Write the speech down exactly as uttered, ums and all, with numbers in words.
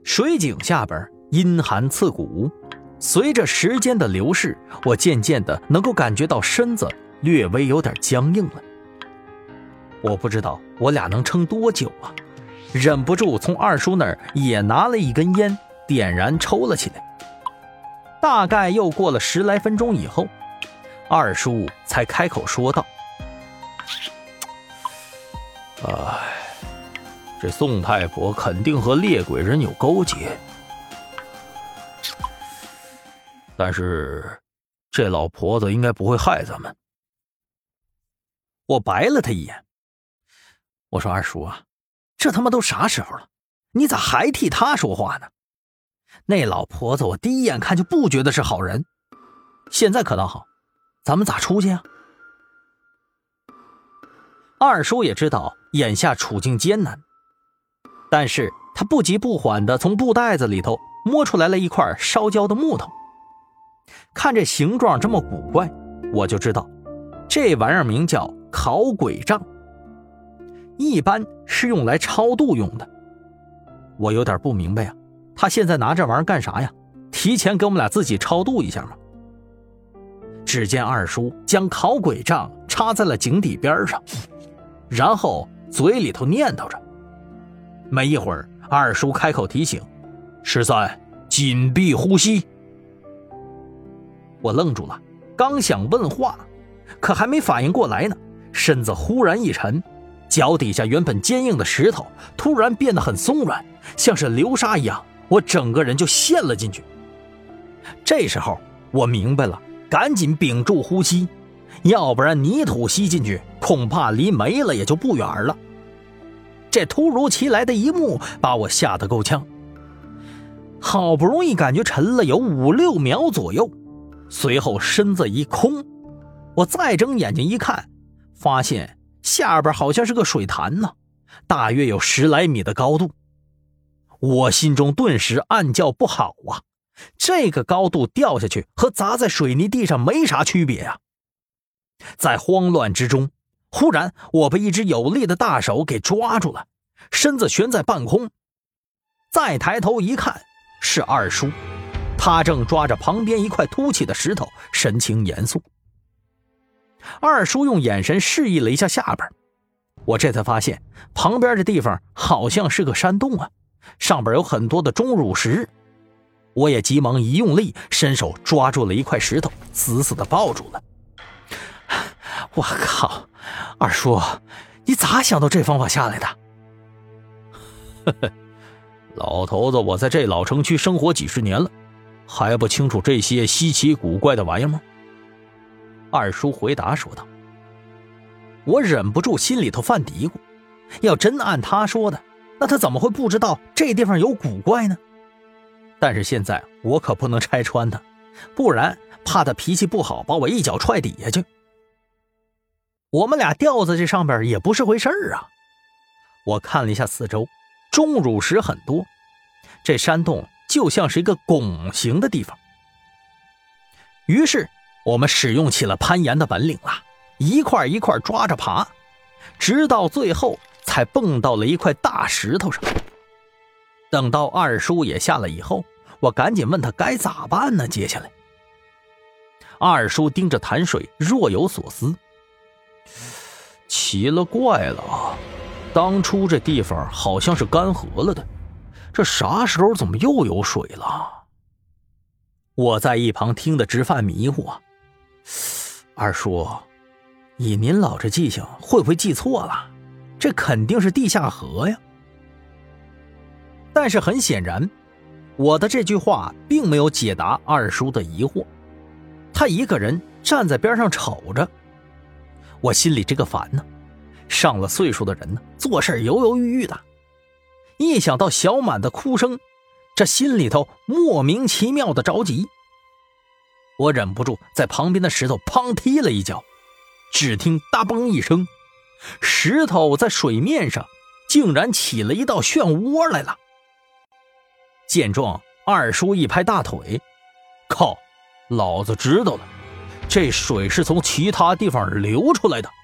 水井下边阴寒刺骨，随着时间的流逝，我渐渐的能够感觉到身子略微有点僵硬了。我不知道我俩能撑多久啊，忍不住从二叔那儿也拿了一根烟，点燃抽了起来。大概又过了十来分钟以后，二叔才开口说道： 哎，这宋太婆肯定和猎鬼人有勾结，但是这老婆子应该不会害咱们。 我白了他一眼，我说二叔啊，这他妈都啥时候了，你咋还替他说话呢？那老婆子我第一眼看就不觉得是好人，现在可倒好，咱们咋出去啊？二叔也知道眼下处境艰难，但是他不急不缓地从布袋子里头摸出来了一块烧焦的木头。看这形状这么古怪，我就知道这玩意儿名叫烤鬼杖，一般是用来超度用的。我有点不明白啊，他现在拿这玩意儿干啥呀？提前给我们俩自己超度一下吗？只见二叔将烤鬼杖插在了井底边上，然后嘴里头念叨着。没一会儿，二叔开口提醒： 十三，紧闭呼吸。 我愣住了，刚想问话，可还没反应过来呢，身子忽然一沉，脚底下原本坚硬的石头突然变得很松软，像是流沙一样，我整个人就陷了进去。这时候我明白了，赶紧屏住呼吸，要不然泥土吸进去，恐怕离没了也就不远了。这突如其来的一幕把我吓得够呛，好不容易感觉沉了有五六秒左右，随后身子一空，我再睁眼睛一看，发现下边好像是个水潭呢，大约有十来米的高度。我心中顿时暗叫不好啊，这个高度掉下去和砸在水泥地上没啥区别啊。在慌乱之中，忽然我被一只有力的大手给抓住了，身子悬在半空。再抬头一看，是二叔，他正抓着旁边一块凸起的石头，神情严肃。二叔用眼神示意了一下下边，我这才发现旁边这地方好像是个山洞啊，上边有很多的钟乳石。我也急忙一用力，伸手抓住了一块石头，死死地抱住了。我靠，二叔，你咋想到这方法下来的？ 呵呵，老头子，我在这老城区生活几十年了，还不清楚这些稀奇古怪的玩意吗？ 二叔回答说道。我忍不住心里头犯嘀咕，要真按他说的，那他怎么会不知道这地方有古怪呢？但是现在我可不能拆穿他，不然怕他脾气不好把我一脚踹底下去。我们俩掉在这上边也不是回事儿啊。我看了一下四周，钟乳石很多，这山洞就像是一个拱形的地方。于是我们使用起了攀岩的本领了，一块一块抓着爬，直到最后才蹦到了一块大石头上。等到二叔也下来以后，我赶紧问他该咋办呢？接下来二叔盯着潭水若有所思。 奇了怪了啊，当初这地方好像是干涸了的，这啥时候怎么又有水了？ 我在一旁听得直犯迷糊啊。二叔，以您老这记性，会不会记错了？这肯定是地下河呀。但是很显然，我的这句话并没有解答二叔的疑惑。他一个人站在边上瞅着，我心里这个烦呢。上了岁数的人呢，做事犹犹豫豫的，一想到小满的哭声，这心里头莫名其妙的着急。我忍不住在旁边的石头砰踢了一脚，只听哒嘣一声，石头在水面上竟然起了一道漩涡来了。见状，二叔一拍大腿， 靠，老子知道了，这水是从其他地方流出来的。